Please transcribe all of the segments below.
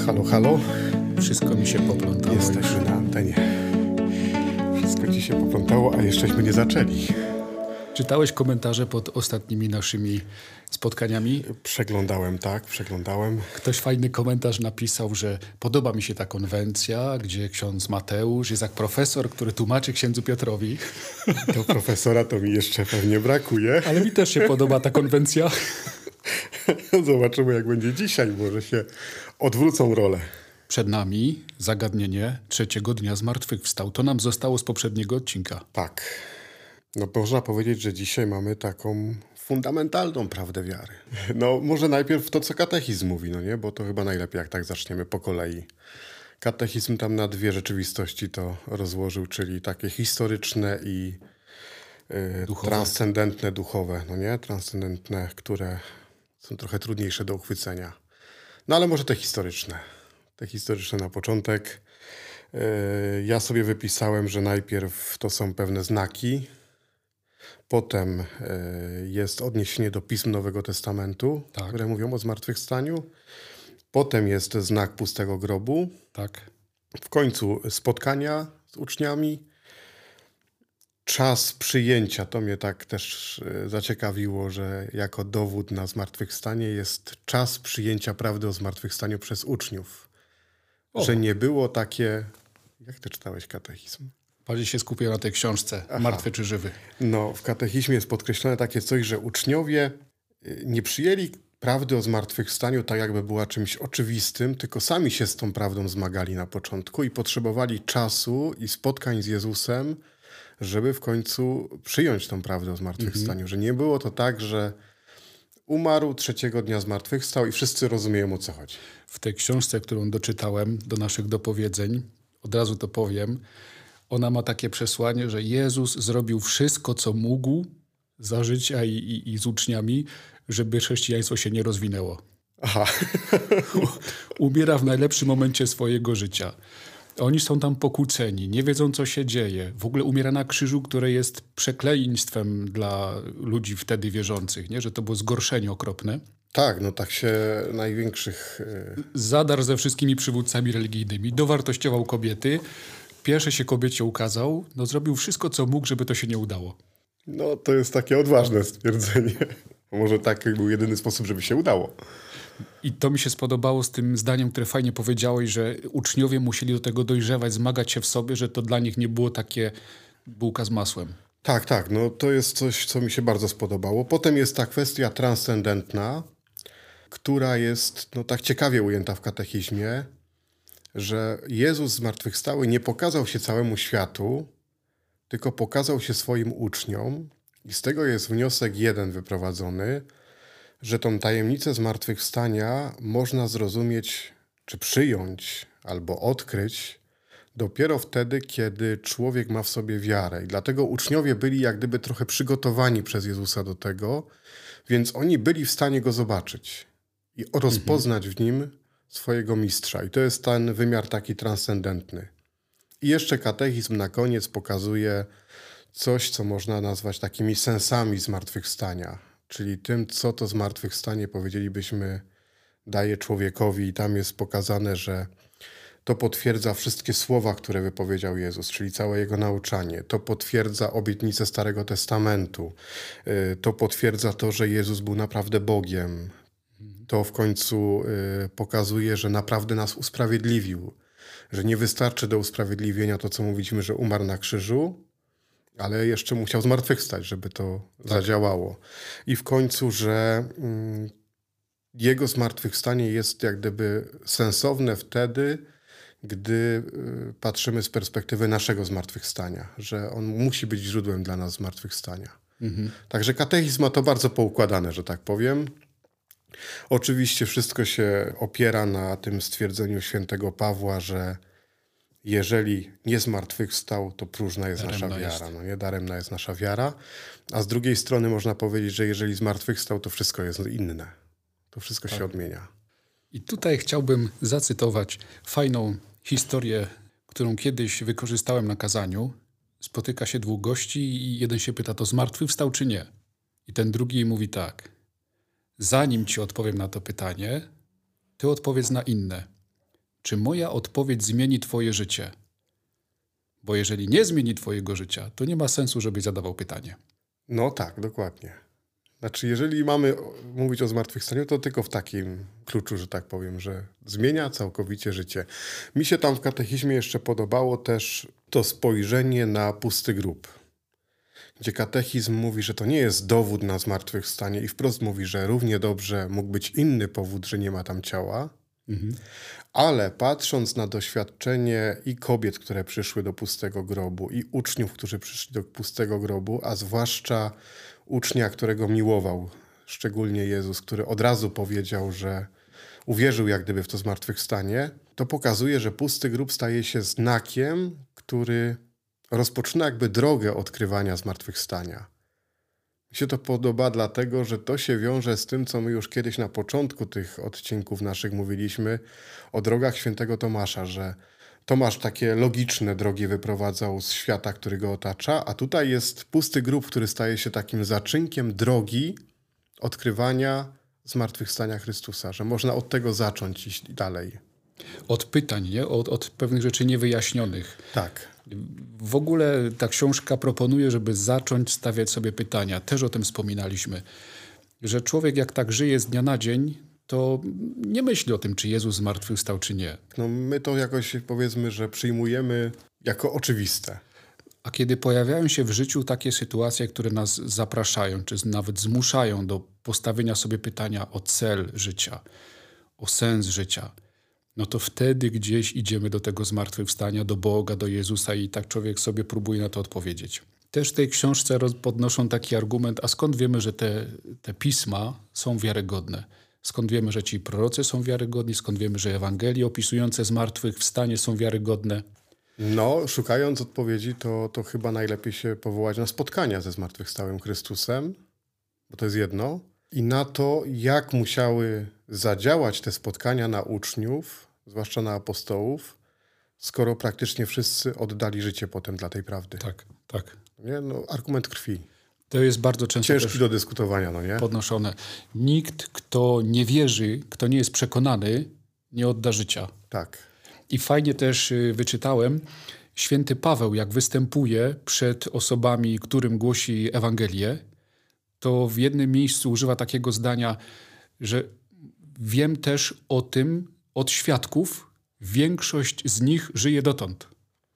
Halo, halo. Wszystko mi się poplątało. Jesteśmy na antenie. Wszystko ci się poplątało, a jeszcześmy nie zaczęli. Czytałeś komentarze pod ostatnimi naszymi spotkaniami? Przeglądałem. Ktoś fajny komentarz napisał, że podoba mi się ta konwencja, gdzie ksiądz Mateusz jest jak profesor, który tłumaczy księdzu Piotrowi. Do profesora to mi jeszcze pewnie brakuje. Ale mi też się podoba ta konwencja. Zobaczymy, jak będzie dzisiaj. Może się odwrócą role. Przed nami zagadnienie 3. dnia zmartwychwstał. To nam zostało z poprzedniego odcinka. Tak. No można powiedzieć, że dzisiaj mamy taką fundamentalną prawdę wiary. No może najpierw to, co katechizm mówi, no nie? Bo to chyba najlepiej, jak tak zaczniemy po kolei. Katechizm tam na dwie rzeczywistości to rozłożył, czyli takie historyczne i transcendentne, duchowe, no nie? Transcendentne, które są trochę trudniejsze do uchwycenia. No ale może te historyczne. Te historyczne na początek. Ja sobie wypisałem, że najpierw to są pewne znaki. Potem jest odniesienie do pism Nowego Testamentu, tak, które mówią o zmartwychwstaniu. Potem jest znak pustego grobu. Tak. W końcu spotkania z uczniami. Czas przyjęcia, to mnie tak też zaciekawiło, że jako dowód na zmartwychwstanie jest czas przyjęcia prawdy o zmartwychwstaniu przez uczniów. Że nie było takie... Jak ty czytałeś katechizm? Bardziej się skupię na tej książce, Martwy czy żywy. No, w katechizmie jest podkreślone takie coś, że uczniowie nie przyjęli prawdy o zmartwychwstaniu tak, jakby była czymś oczywistym, tylko sami się z tą prawdą zmagali na początku i potrzebowali czasu i spotkań z Jezusem, żeby w końcu przyjąć tą prawdę o zmartwychwstaniu. Że nie było to tak, że umarł 3. dnia zmartwychwstał i wszyscy rozumieją, o co chodzi. W tej książce, którą doczytałem do naszych dopowiedzeń, od razu to powiem, ona ma takie przesłanie, że Jezus zrobił wszystko, co mógł za życia i z uczniami, żeby chrześcijaństwo się nie rozwinęło. Aha. Umiera w najlepszym momencie swojego życia. Oni są tam pokłóceni, nie wiedzą, co się dzieje. W ogóle umiera na krzyżu, które jest przekleństwem dla ludzi wtedy wierzących, nie? Że to było zgorszenie okropne. Tak, no tak się największych... Zadarł ze wszystkimi przywódcami religijnymi, dowartościował kobiety, pierwszy się kobiecie ukazał, no zrobił wszystko, co mógł, żeby to się nie udało. No to jest takie odważne stwierdzenie. Może taki był jedyny sposób, żeby się udało. I to mi się spodobało z tym zdaniem, które fajnie powiedziałeś, że uczniowie musieli do tego dojrzewać, zmagać się w sobie, że to dla nich nie było takie bułka z masłem. Tak, no to jest coś, co mi się bardzo spodobało. Potem jest ta kwestia transcendentna, która jest no tak ciekawie ujęta w katechizmie, że Jezus zmartwychwstały nie pokazał się całemu światu, tylko pokazał się swoim uczniom i z tego jest wniosek jeden wyprowadzony, że tą tajemnicę zmartwychwstania można zrozumieć, czy przyjąć, albo odkryć dopiero wtedy, kiedy człowiek ma w sobie wiarę. I dlatego uczniowie byli jak gdyby trochę przygotowani przez Jezusa do tego, więc oni byli w stanie Go zobaczyć i rozpoznać w Nim swojego mistrza. I to jest ten wymiar taki transcendentny. I jeszcze katechizm na koniec pokazuje coś, co można nazwać takimi sensami zmartwychwstania. Czyli tym, co to zmartwychwstanie, powiedzielibyśmy, daje człowiekowi. I tam jest pokazane, że to potwierdza wszystkie słowa, które wypowiedział Jezus, czyli całe Jego nauczanie. To potwierdza obietnice Starego Testamentu. To potwierdza to, że Jezus był naprawdę Bogiem. To w końcu pokazuje, że naprawdę nas usprawiedliwił. Że nie wystarczy do usprawiedliwienia to, co mówiliśmy, że umarł na krzyżu, ale jeszcze musiał zmartwychwstać, żeby to zadziałało. I w końcu, że Jego zmartwychwstanie jest jak gdyby sensowne wtedy, gdy patrzymy z perspektywy naszego zmartwychwstania, że On musi być źródłem dla nas zmartwychwstania. Także katechizm ma to bardzo poukładane, że tak powiem. Oczywiście wszystko się opiera na tym stwierdzeniu świętego Pawła, że jeżeli nie zmartwychwstał, to próżna jest nasza wiara. No nie? Daremna jest nasza wiara. A z drugiej strony można powiedzieć, że jeżeli zmartwychwstał, to wszystko jest inne. To wszystko się odmienia. I tutaj chciałbym zacytować fajną historię, którą kiedyś wykorzystałem na kazaniu. Spotyka się dwóch gości i jeden się pyta, to zmartwychwstał czy nie? I ten drugi mówi tak. Zanim ci odpowiem na to pytanie, ty odpowiedz na inne. czy moja odpowiedź zmieni twoje życie? Bo jeżeli nie zmieni twojego życia, to nie ma sensu, żebyś zadawał pytanie. No tak, dokładnie. Znaczy, jeżeli mamy mówić o zmartwychwstaniu, to tylko w takim kluczu, że tak powiem, że zmienia całkowicie życie. Mi się tam w katechizmie jeszcze podobało też to spojrzenie na pusty grób, gdzie katechizm mówi, że to nie jest dowód na zmartwychwstanie i wprost mówi, że równie dobrze mógł być inny powód, że nie ma tam ciała, ale patrząc na doświadczenie i kobiet, które przyszły do pustego grobu, i uczniów, którzy przyszli do pustego grobu, a zwłaszcza ucznia, którego miłował, szczególnie Jezus, który od razu powiedział, że uwierzył jak gdyby w to zmartwychwstanie, to pokazuje, że pusty grób staje się znakiem, który rozpoczyna jakby drogę odkrywania zmartwychwstania. Mi się to podoba dlatego, że to się wiąże z tym, co my już kiedyś na początku tych odcinków naszych mówiliśmy o drogach świętego Tomasza, że Tomasz takie logiczne drogi wyprowadzał z świata, który go otacza, a tutaj jest pusty grób, który staje się takim zaczynkiem drogi odkrywania zmartwychwstania Chrystusa, że można od tego zacząć iść dalej. Od pytań, nie? Od pewnych rzeczy niewyjaśnionych. Tak. W ogóle ta książka proponuje, żeby zacząć stawiać sobie pytania. Też o tym wspominaliśmy. Że człowiek jak tak żyje z dnia na dzień, to nie myśli o tym, czy Jezus zmartwychwstał, czy nie. No my to jakoś powiedzmy, że przyjmujemy jako oczywiste. A kiedy pojawiają się w życiu takie sytuacje, które nas zapraszają, czy nawet zmuszają do postawienia sobie pytania o cel życia, o sens życia, no to wtedy gdzieś idziemy do tego zmartwychwstania, do Boga, do Jezusa i tak człowiek sobie próbuje na to odpowiedzieć. Też w tej książce podnoszą taki argument, a skąd wiemy, że te pisma są wiarygodne? Skąd wiemy, że ci prorocy są wiarygodni? Skąd wiemy, że Ewangelie opisujące zmartwychwstanie są wiarygodne? No, szukając odpowiedzi, to chyba najlepiej się powołać na spotkania ze zmartwychwstałym Chrystusem, bo to jest jedno, i na to, jak musiały zadziałać te spotkania na uczniów, zwłaszcza na apostołów, skoro praktycznie wszyscy oddali życie potem dla tej prawdy. Tak, tak. Nie? No, argument krwi. To jest bardzo często Ciężki też do dyskutowania, no nie? podnoszone. Nikt, kto nie wierzy, kto nie jest przekonany, nie odda życia. Tak. I fajnie też wyczytałem, święty Paweł, jak występuje przed osobami, którym głosi Ewangelię, to w jednym miejscu używa takiego zdania, że wiem też o tym od świadków, większość z nich żyje dotąd.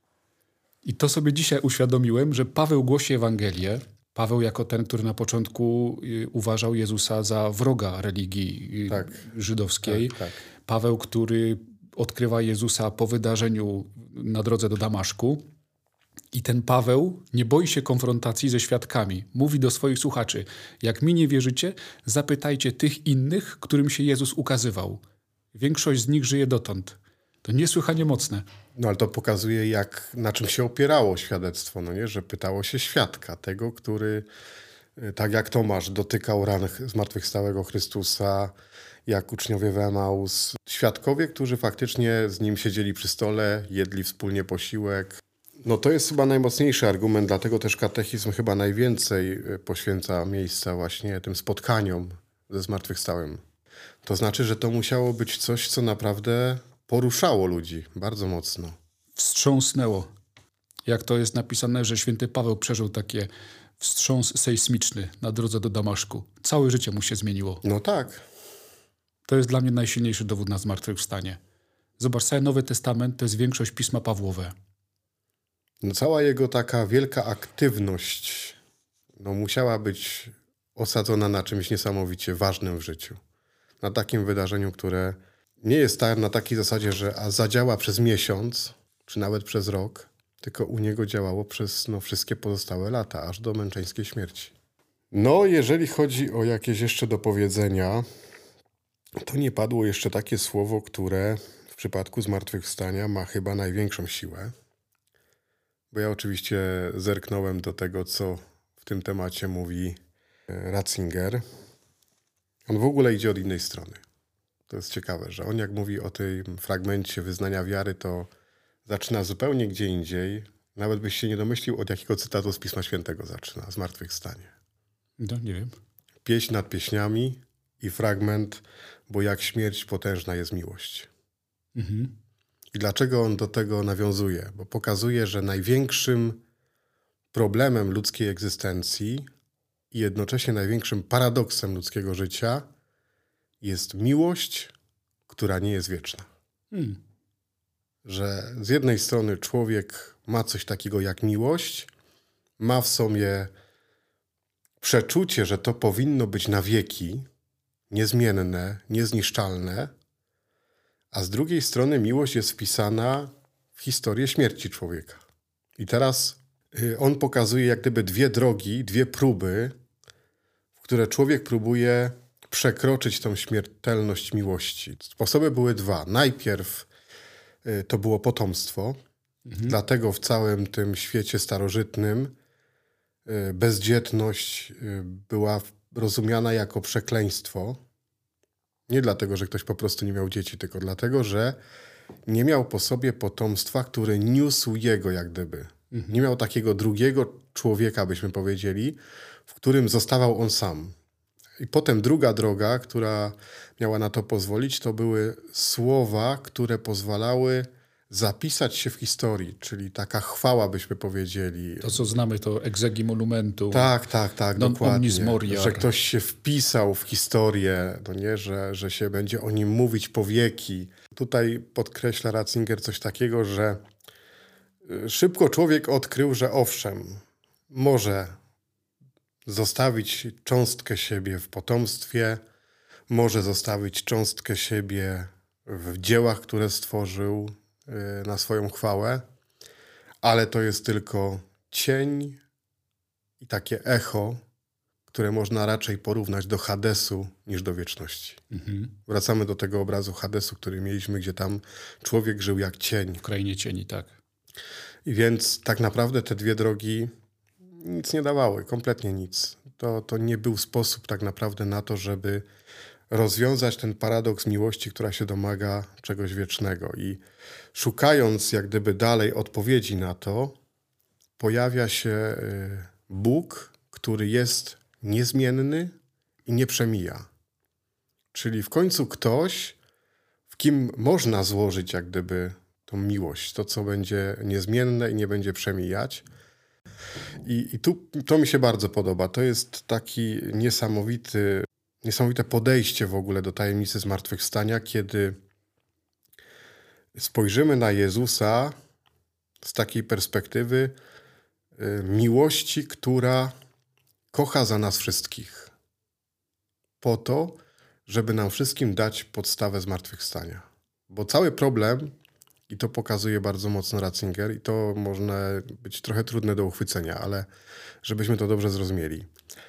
I to sobie dzisiaj uświadomiłem, że Paweł głosi Ewangelię. Paweł jako ten, który na początku uważał Jezusa za wroga religii żydowskiej. Tak. Paweł, który odkrywa Jezusa po wydarzeniu na drodze do Damaszku. I ten Paweł nie boi się konfrontacji ze świadkami. Mówi do swoich słuchaczy, jak mi nie wierzycie, zapytajcie tych innych, którym się Jezus ukazywał. Większość z nich żyje dotąd. To niesłychanie mocne. No ale to pokazuje, na czym się opierało świadectwo, no nie? Że pytało się świadka, tego, który, tak jak Tomasz, dotykał ran zmartwychwstałego Chrystusa, jak uczniowie w Emaus. Świadkowie, którzy faktycznie z nim siedzieli przy stole, jedli wspólnie posiłek. No to jest chyba najmocniejszy argument, dlatego też katechizm chyba najwięcej poświęca miejsca właśnie tym spotkaniom ze zmartwychwstałym. To znaczy, że to musiało być coś, co naprawdę poruszało ludzi bardzo mocno. Wstrząsnęło. Jak to jest napisane, że święty Paweł przeżył takie wstrząs sejsmiczny na drodze do Damaszku. Całe życie mu się zmieniło. No tak. To jest dla mnie najsilniejszy dowód na zmartwychwstanie. Zobacz, cały Nowy Testament to jest większość Pisma Pawłowe. No cała jego taka wielka aktywność musiała być osadzona na czymś niesamowicie ważnym w życiu. Na takim wydarzeniu, które nie jest na takiej zasadzie, że zadziała przez miesiąc, czy nawet przez rok, tylko u niego działało przez wszystkie pozostałe lata, aż do męczeńskiej śmierci. No, jeżeli chodzi o jakieś jeszcze dopowiedzenia, to nie padło jeszcze takie słowo, które w przypadku zmartwychwstania ma chyba największą siłę. Bo ja oczywiście zerknąłem do tego, co w tym temacie mówi Ratzinger. On w ogóle idzie od innej strony. To jest ciekawe, że on jak mówi o tym fragmencie wyznania wiary, to zaczyna zupełnie gdzie indziej. Nawet byś się nie domyślił, od jakiego cytatu z Pisma Świętego zaczyna, zmartwychwstanie. No, nie wiem. Pieśń nad pieśniami i fragment, bo jak śmierć potężna jest miłość. Mhm. I dlaczego on do tego nawiązuje? Bo pokazuje, że największym problemem ludzkiej egzystencji i jednocześnie największym paradoksem ludzkiego życia jest miłość, która nie jest wieczna. Że z jednej strony człowiek ma coś takiego jak miłość, ma w sobie przeczucie, że to powinno być na wieki, niezmienne, niezniszczalne, a z drugiej strony miłość jest wpisana w historię śmierci człowieka. I teraz on pokazuje jak gdyby dwie drogi, dwie próby, w które człowiek próbuje przekroczyć tą śmiertelność miłości. Sposoby były dwa. Najpierw to było potomstwo, dlatego w całym tym świecie starożytnym bezdzietność była rozumiana jako przekleństwo. Nie dlatego, że ktoś po prostu nie miał dzieci, tylko dlatego, że nie miał po sobie potomstwa, które niósł jego jak gdyby. Nie miał takiego drugiego człowieka, byśmy powiedzieli, w którym zostawał on sam. I potem druga droga, która miała na to pozwolić, to były słowa, które pozwalały zapisać się w historii, czyli taka chwała, byśmy powiedzieli. To, co znamy, to exegi monumentu. Tak, dokładnie. Omnis moriar. Że ktoś się wpisał w historię, to nie, że się będzie o nim mówić po wieki. Tutaj podkreśla Ratzinger coś takiego, że szybko człowiek odkrył, że owszem, może zostawić cząstkę siebie w potomstwie, może zostawić cząstkę siebie w dziełach, które stworzył na swoją chwałę, ale to jest tylko cień i takie echo, które można raczej porównać do Hadesu niż do wieczności. Wracamy do tego obrazu Hadesu, który mieliśmy, gdzie tam człowiek żył jak cień. W krainie cieni, tak. I więc tak naprawdę te dwie drogi nic nie dawały, kompletnie nic. To nie był sposób tak naprawdę na to, żeby rozwiązać ten paradoks miłości, która się domaga czegoś wiecznego. I szukając jak gdyby dalej odpowiedzi na to, pojawia się Bóg, który jest niezmienny i nie przemija. Czyli w końcu ktoś, w kim można złożyć jak gdyby tą miłość, to co będzie niezmienne i nie będzie przemijać. I to mi się bardzo podoba. To jest taki niesamowite podejście w ogóle do tajemnicy zmartwychwstania, kiedy spojrzymy na Jezusa z takiej perspektywy miłości, która kocha za nas wszystkich. Po to, żeby nam wszystkim dać podstawę zmartwychwstania. Bo cały problem, i to pokazuje bardzo mocno Ratzinger, i to można być trochę trudne do uchwycenia, ale żebyśmy to dobrze zrozumieli.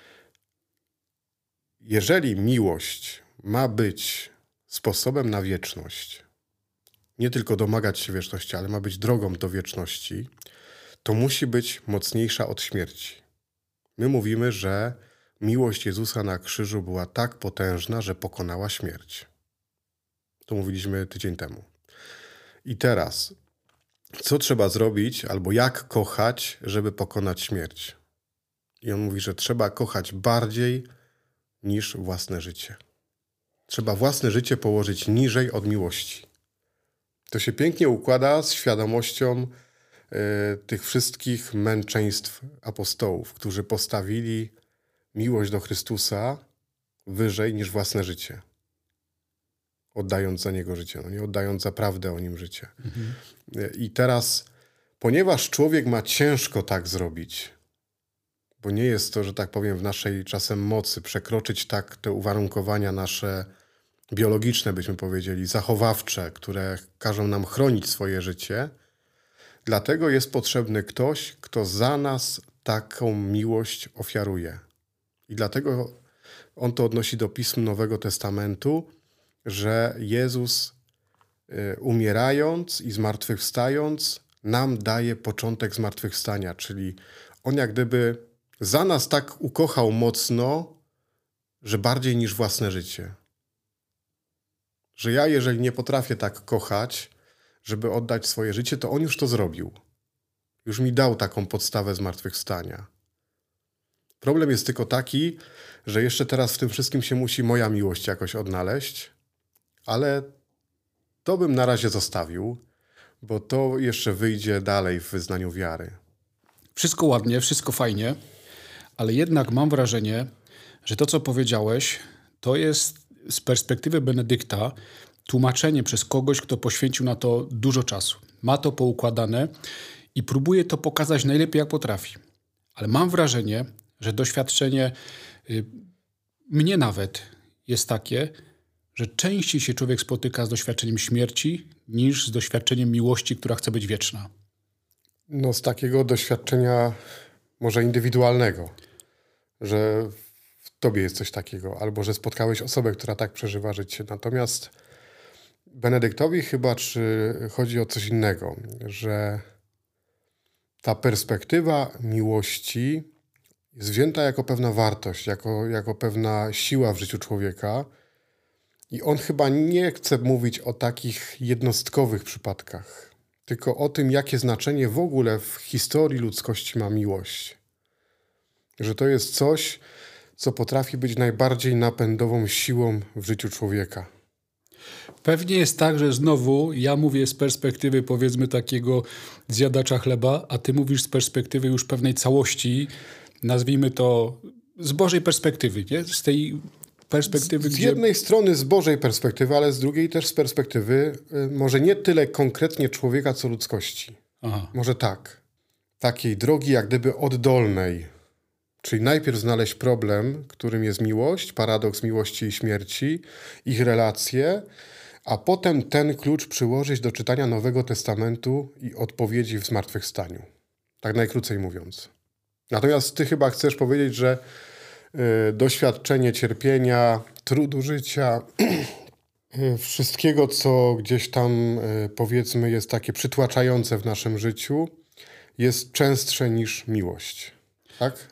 Jeżeli miłość ma być sposobem na wieczność, nie tylko domagać się wieczności, ale ma być drogą do wieczności, to musi być mocniejsza od śmierci. My mówimy, że miłość Jezusa na krzyżu była tak potężna, że pokonała śmierć. To mówiliśmy tydzień temu. I teraz, co trzeba zrobić, albo jak kochać, żeby pokonać śmierć? I on mówi, że trzeba kochać bardziej niż własne życie. Trzeba własne życie położyć niżej od miłości. To się pięknie układa z świadomością tych wszystkich męczeństw apostołów, którzy postawili miłość do Chrystusa wyżej niż własne życie. Oddając za Niego życie, nie oddając za prawdę o Nim życie. I teraz, ponieważ człowiek ma ciężko tak zrobić, bo nie jest to, że tak powiem, w naszej czasem mocy przekroczyć tak te uwarunkowania nasze biologiczne, byśmy powiedzieli, zachowawcze, które każą nam chronić swoje życie, dlatego jest potrzebny ktoś, kto za nas taką miłość ofiaruje. I dlatego on to odnosi do pism Nowego Testamentu, że Jezus umierając i zmartwychwstając nam daje początek zmartwychwstania, czyli on jak gdyby za nas tak ukochał mocno, że bardziej niż własne życie. Że ja, jeżeli nie potrafię tak kochać, żeby oddać swoje życie, to on już to zrobił. Już mi dał taką podstawę zmartwychwstania. Problem jest tylko taki, że jeszcze teraz w tym wszystkim się musi moja miłość jakoś odnaleźć, ale to bym na razie zostawił, bo to jeszcze wyjdzie dalej w wyznaniu wiary. Wszystko ładnie, wszystko fajnie, ale jednak mam wrażenie, że to, co powiedziałeś, to jest z perspektywy Benedykta tłumaczenie przez kogoś, kto poświęcił na to dużo czasu. Ma to poukładane i próbuje to pokazać najlepiej, jak potrafi. Ale mam wrażenie, że doświadczenie mnie nawet jest takie, że częściej się człowiek spotyka z doświadczeniem śmierci niż z doświadczeniem miłości, która chce być wieczna. No z takiego doświadczenia może indywidualnego, że w tobie jest coś takiego, albo że spotkałeś osobę, która tak przeżywa życie. Natomiast Benedyktowi chyba chodzi o coś innego, że ta perspektywa miłości jest wzięta jako pewna wartość, jako pewna siła w życiu człowieka i on chyba nie chce mówić o takich jednostkowych przypadkach, tylko o tym, jakie znaczenie w ogóle w historii ludzkości ma miłość. Że to jest coś, co potrafi być najbardziej napędową siłą w życiu człowieka. Pewnie jest tak, że znowu ja mówię z perspektywy powiedzmy takiego zjadacza chleba, a ty mówisz z perspektywy już pewnej całości, nazwijmy to z Bożej perspektywy, nie? Z tej perspektywy, Z jednej strony z Bożej perspektywy, ale z drugiej też z perspektywy może nie tyle konkretnie człowieka, co ludzkości. Aha. Może tak. Takiej drogi jak gdyby oddolnej. Czyli najpierw znaleźć problem, którym jest miłość, paradoks miłości i śmierci, ich relacje, a potem ten klucz przyłożyć do czytania Nowego Testamentu i odpowiedzi w zmartwychwstaniu. Tak najkrócej mówiąc. Natomiast ty chyba chcesz powiedzieć, że doświadczenie cierpienia, trudu życia, wszystkiego, co gdzieś tam powiedzmy jest takie przytłaczające w naszym życiu, jest częstsze niż miłość. Tak?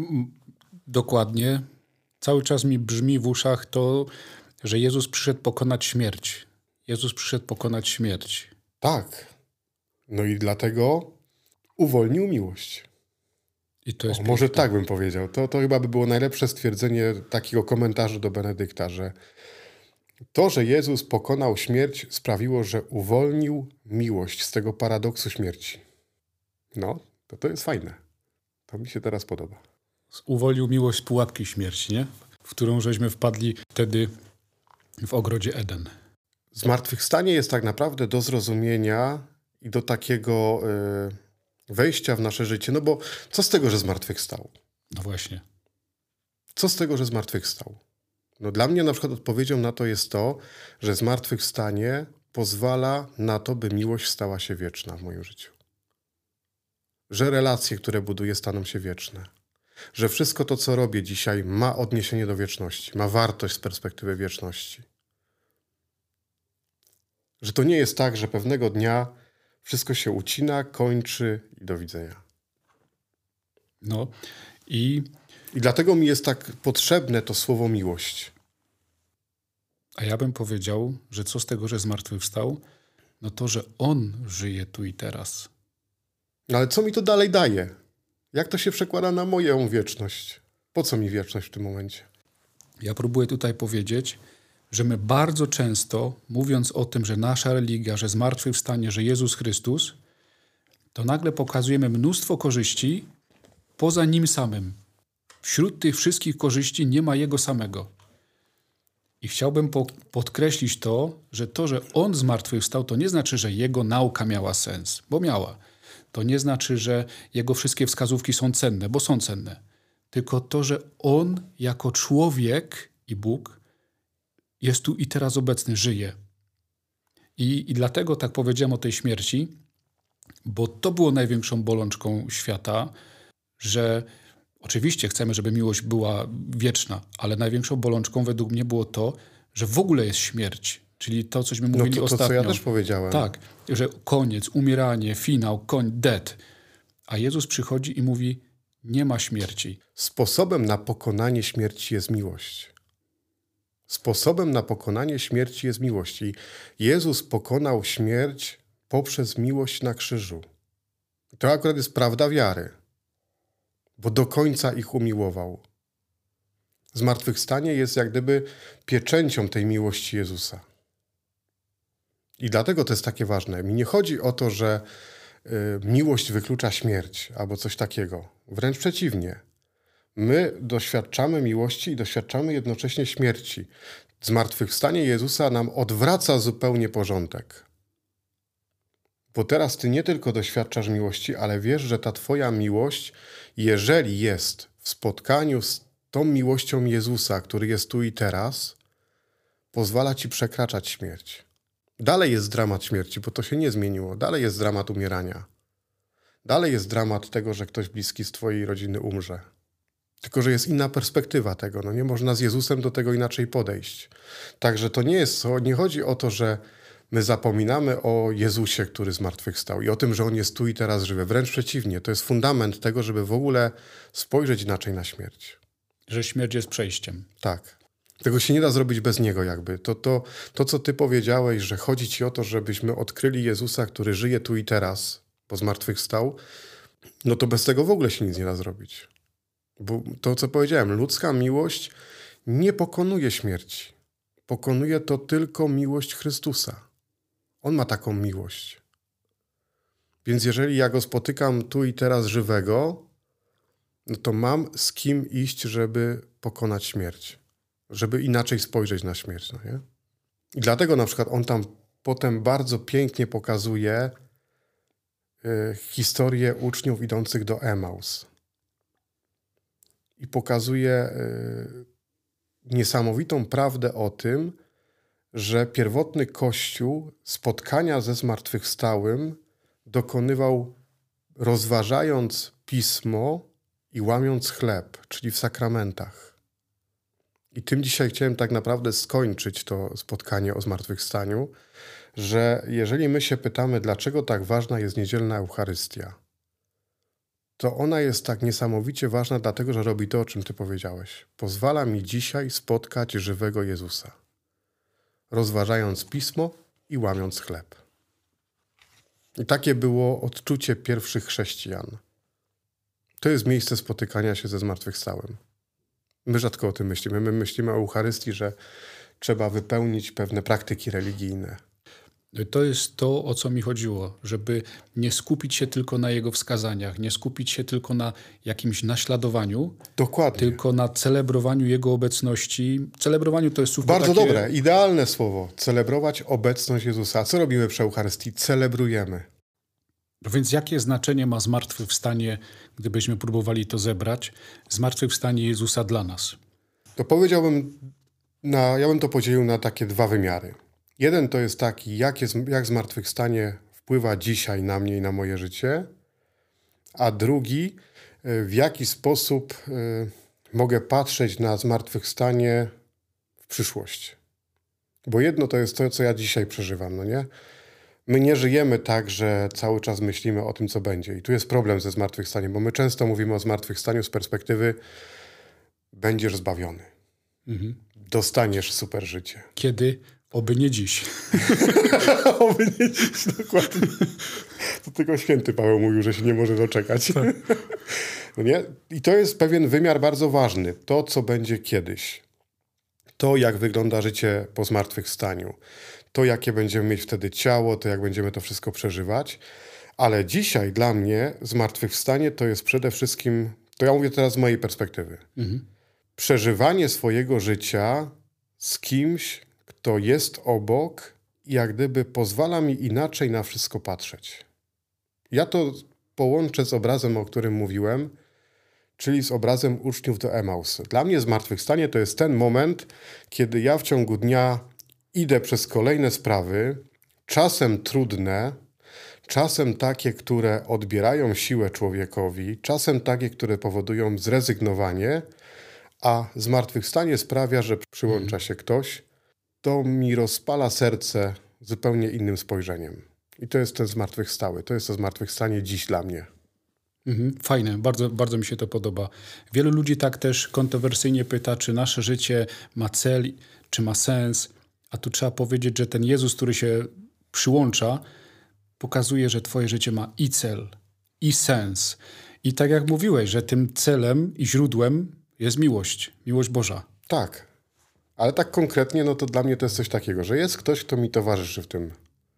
Dokładnie. Cały czas mi brzmi w uszach to, że Jezus przyszedł pokonać śmierć. Jezus przyszedł pokonać śmierć. Tak. No i dlatego uwolnił miłość. I to jest może tak bym powiedział. To chyba by było najlepsze stwierdzenie takiego komentarza do Benedykta, że to, że Jezus pokonał śmierć, sprawiło, że uwolnił miłość z tego paradoksu śmierci. No, to jest fajne. To mi się teraz podoba. Uwolnił miłość z pułapki śmierci, nie? W którą żeśmy wpadli wtedy w ogrodzie Eden. Zmartwychwstanie jest tak naprawdę do zrozumienia i do takiego wejścia w nasze życie. No bo co z tego, że zmartwychwstał? No właśnie. Co z tego, że zmartwychwstał? No dla mnie na przykład odpowiedzią na to jest to, że zmartwychwstanie pozwala na to, by miłość stała się wieczna w moim życiu. Że relacje, które buduję, staną się wieczne. Że wszystko to, co robię dzisiaj, ma odniesienie do wieczności, ma wartość z perspektywy wieczności. Że to nie jest tak, że pewnego dnia wszystko się ucina, kończy i do widzenia. No i dlatego mi jest tak potrzebne to słowo miłość. A ja bym powiedział, że co z tego, że zmartwychwstał? No to, że On żyje tu i teraz. No ale co mi to dalej daje? Jak to się przekłada na moją wieczność? Po co mi wieczność w tym momencie? Ja próbuję tutaj powiedzieć, że my bardzo często, mówiąc o tym, że nasza religia, że zmartwychwstanie, że Jezus Chrystus, to nagle pokazujemy mnóstwo korzyści poza Nim samym. Wśród tych wszystkich korzyści nie ma Jego samego. I chciałbym podkreślić to, że On zmartwychwstał, to nie znaczy, że Jego nauka miała sens, bo miała. To nie znaczy, że Jego wszystkie wskazówki są cenne, bo są cenne. Tylko to, że On jako człowiek i Bóg jest tu i teraz obecny, żyje. I dlatego tak powiedziałem o tej śmierci, bo to było największą bolączką świata, że oczywiście chcemy, żeby miłość była wieczna, ale największą bolączką według mnie było to, że w ogóle jest śmierć. Czyli to, cośmy mówili ostatnio. To, co ja też powiedziałem. Tak, że koniec, umieranie, finał, death. A Jezus przychodzi i mówi, nie ma śmierci. Sposobem na pokonanie śmierci jest miłość. Sposobem na pokonanie śmierci jest miłość. I Jezus pokonał śmierć poprzez miłość na krzyżu. To akurat jest prawda wiary. Bo do końca ich umiłował. Zmartwychwstanie jest jak gdyby pieczęcią tej miłości Jezusa. I dlatego to jest takie ważne. Mi nie chodzi o to, że miłość wyklucza śmierć albo coś takiego. Wręcz przeciwnie. My doświadczamy miłości i doświadczamy jednocześnie śmierci. Zmartwychwstanie Jezusa nam odwraca zupełnie porządek. Bo teraz ty nie tylko doświadczasz miłości, ale wiesz, że ta twoja miłość, jeżeli jest w spotkaniu z tą miłością Jezusa, który jest tu i teraz, pozwala ci przekraczać śmierć. Dalej jest dramat śmierci, bo to się nie zmieniło. Dalej jest dramat umierania. Dalej jest dramat tego, że ktoś bliski z twojej rodziny umrze. Tylko że jest inna perspektywa tego. No nie można z Jezusem do tego inaczej podejść. Także to nie chodzi o to, że my zapominamy o Jezusie, który zmartwychwstał i o tym, że On jest tu i teraz żywy. Wręcz przeciwnie. To jest fundament tego, żeby w ogóle spojrzeć inaczej na śmierć. Że śmierć jest przejściem. Tak. Tego się nie da zrobić bez Niego jakby. To, co ty powiedziałeś, że chodzi ci o to, żebyśmy odkryli Jezusa, który żyje tu i teraz, bo zmartwychwstał, no to bez tego w ogóle się nic nie da zrobić. Bo to, co powiedziałem, ludzka miłość nie pokonuje śmierci. Pokonuje to tylko miłość Chrystusa. On ma taką miłość. Więc jeżeli ja Go spotykam tu i teraz żywego, no to mam z kim iść, żeby pokonać śmierć. Żeby inaczej spojrzeć na śmierć. No nie? I dlatego na przykład on tam potem bardzo pięknie pokazuje historię uczniów idących do Emaus. I pokazuje niesamowitą prawdę o tym, że pierwotny Kościół spotkania ze zmartwychwstałym dokonywał rozważając Pismo i łamiąc chleb, czyli w sakramentach. I tym dzisiaj chciałem tak naprawdę skończyć to spotkanie o zmartwychwstaniu, że jeżeli my się pytamy, dlaczego tak ważna jest niedzielna Eucharystia, to ona jest tak niesamowicie ważna, dlatego że robi to, o czym ty powiedziałeś. Pozwala mi dzisiaj spotkać żywego Jezusa, rozważając Pismo i łamiąc chleb. I takie było odczucie pierwszych chrześcijan. To jest miejsce spotykania się ze zmartwychwstałym. My rzadko o tym myślimy. My myślimy o Eucharystii, że trzeba wypełnić pewne praktyki religijne. To jest to, o co mi chodziło, żeby nie skupić się tylko na jego wskazaniach, nie skupić się tylko na jakimś naśladowaniu, Dokładnie. tylko na celebrowaniu jego obecności. Celebrowaniu to jest słówko Bardzo takie... dobre, idealne słowo. Celebrować obecność Jezusa. A co robimy przy Eucharystii? Celebrujemy. Więc jakie znaczenie ma zmartwychwstanie, gdybyśmy próbowali to zebrać, zmartwychwstanie Jezusa dla nas? To powiedziałbym, ja bym to podzielił na takie dwa wymiary. Jeden to jest taki, jak zmartwychwstanie wpływa dzisiaj na mnie i na moje życie, a drugi, w jaki sposób mogę patrzeć na zmartwychwstanie w przyszłość. Bo jedno to jest to, co ja dzisiaj przeżywam, no nie? My nie żyjemy tak, że cały czas myślimy o tym, co będzie. I tu jest problem ze zmartwychwstaniem, bo my często mówimy o zmartwychwstaniu z perspektywy będziesz zbawiony. Dostaniesz super życie. Kiedy? Oby nie dziś. Oby nie dziś, dokładnie. To tylko święty Paweł mówił, że się nie może doczekać. Tak. No nie? I to jest pewien wymiar bardzo ważny. To, co będzie kiedyś. To, jak wygląda życie po zmartwychwstaniu. To, jakie będziemy mieć wtedy ciało, to jak będziemy to wszystko przeżywać. Ale dzisiaj dla mnie zmartwychwstanie to jest przede wszystkim, to ja mówię teraz z mojej perspektywy, przeżywanie swojego życia z kimś, kto jest obok i jak gdyby pozwala mi inaczej na wszystko patrzeć. Ja to połączę z obrazem, o którym mówiłem, czyli z obrazem uczniów do Emaus. Dla mnie zmartwychwstanie to jest ten moment, kiedy ja w ciągu dnia idę przez kolejne sprawy, czasem trudne, czasem takie, które odbierają siłę człowiekowi, czasem takie, które powodują zrezygnowanie, a zmartwychwstanie sprawia, że przyłącza się ktoś, to mi rozpala serce zupełnie innym spojrzeniem. I to jest ten zmartwychwstały. To jest to zmartwychwstanie dziś dla mnie. Fajne, bardzo, bardzo mi się to podoba. Wielu ludzi tak też kontrowersyjnie pyta, czy nasze życie ma cel, czy ma sens. A tu trzeba powiedzieć, że ten Jezus, który się przyłącza, pokazuje, że twoje życie ma i cel, i sens. I tak jak mówiłeś, że tym celem i źródłem jest miłość. Miłość Boża. Tak. Ale tak konkretnie, no to dla mnie to jest coś takiego, że jest ktoś, kto mi towarzyszy w tym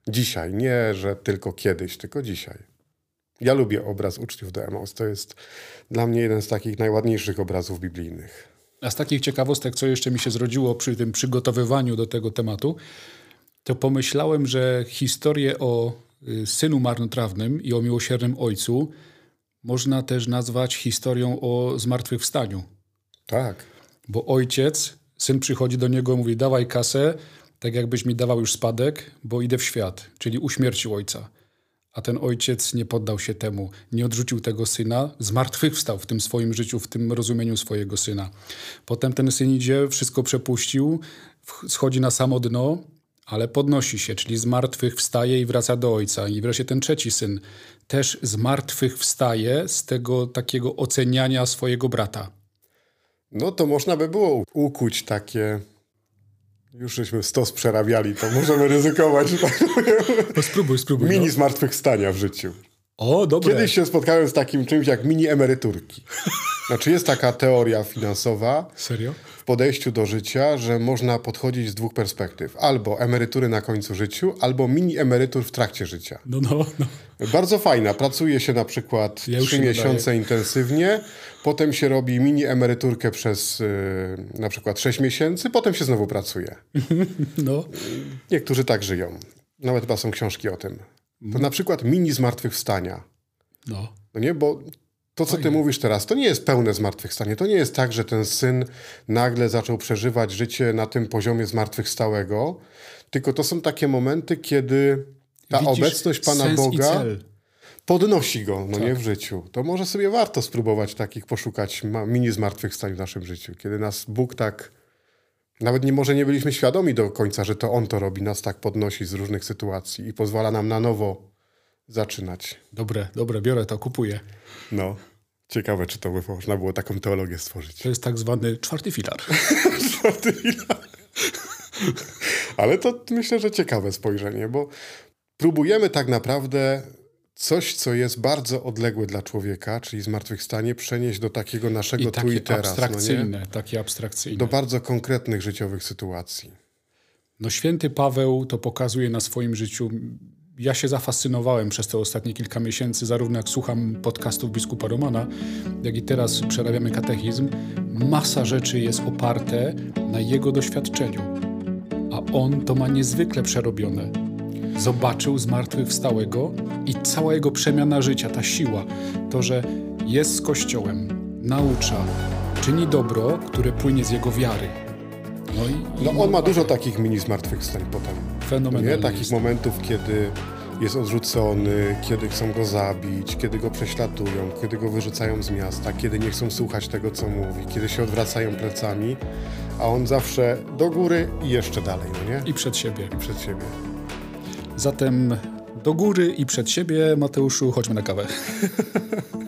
Dzisiaj, nie, że tylko kiedyś, tylko dzisiaj. Ja lubię obraz uczniów do Emaus. To jest dla mnie jeden z takich najładniejszych obrazów biblijnych. A z takich ciekawostek, co jeszcze mi się zrodziło przy tym przygotowywaniu do tego tematu, to pomyślałem, że historię o synu marnotrawnym i o miłosiernym ojcu można też nazwać historią o zmartwychwstaniu. Tak. Bo ojciec, syn przychodzi do niego i mówi: dawaj kasę, tak jakbyś mi dawał już spadek, bo idę w świat. Czyli uśmiercił ojca. A ten ojciec nie poddał się temu, nie odrzucił tego syna, zmartwychwstał w tym swoim życiu, w tym rozumieniu swojego syna. Potem ten syn idzie, wszystko przepuścił, schodzi na samo dno, ale podnosi się, czyli zmartwychwstaje i wraca do ojca. I wreszcie ten trzeci syn też zmartwychwstaje z tego takiego oceniania swojego brata. No to można by było ukuć takie... Już żeśmy stos przerabiali, to możemy ryzykować. No spróbuj. Mini zmartwychwstania w życiu. O, dobre. Kiedyś się spotkałem z takim czymś jak mini emeryturki. Znaczy jest taka teoria finansowa Serio? w podejściu do życia, że można podchodzić z dwóch perspektyw. Albo emerytury na końcu życiu, albo mini emerytur w trakcie życia. No. Bardzo fajna. Pracuje się na przykład 3 miesiące intensywnie, potem się robi mini emeryturkę przez na przykład 6 miesięcy, potem się znowu pracuje. No. Niektórzy tak żyją. Nawet chyba są książki o tym. To na przykład mini zmartwychwstania. No. No nie, bo to, co ty mówisz teraz, to nie jest pełne zmartwychwstanie. To nie jest tak, że ten syn nagle zaczął przeżywać życie na tym poziomie zmartwychwstałego, tylko to są takie momenty, kiedy ta obecność Pana Boga podnosi go, nie, w życiu. To może sobie warto spróbować takich poszukać mini zmartwychwstań w naszym życiu, kiedy nas Bóg tak, nawet może nie byliśmy świadomi do końca, że to On to robi, nas tak podnosi z różnych sytuacji i pozwala nam na nowo zaczynać. Dobre, biorę to, kupuję. No, ciekawe, czy to by można było taką teologię stworzyć. To jest tak zwany 4. filar. 4. filar. Ale to myślę, że ciekawe spojrzenie, bo próbujemy tak naprawdę coś, co jest bardzo odległe dla człowieka, czyli zmartwychwstanie, przenieść do takiego naszego tu i teraz. Takie abstrakcyjne. Do bardzo konkretnych życiowych sytuacji. No święty Paweł to pokazuje na swoim życiu. Ja się zafascynowałem przez te ostatnie kilka miesięcy, zarówno jak słucham podcastów biskupa Romana, jak i teraz przerabiamy katechizm. Masa rzeczy jest oparte na jego doświadczeniu. A on to ma niezwykle przerobione. Zobaczył zmartwychwstałego i cała jego przemiana życia, ta siła, to, że jest z Kościołem, naucza, czyni dobro, które płynie z jego wiary. On ma dużo takich mini zmartwychwstań potem. Fenomenalnie. Takich momentów, kiedy jest odrzucony, kiedy chcą go zabić, kiedy go prześladują, kiedy go wyrzucają z miasta, kiedy nie chcą słuchać tego, co mówi, kiedy się odwracają plecami, a on zawsze do góry i jeszcze dalej, nie? I przed siebie. Zatem Zatem do góry i przed siebie, Mateuszu, chodźmy na kawę.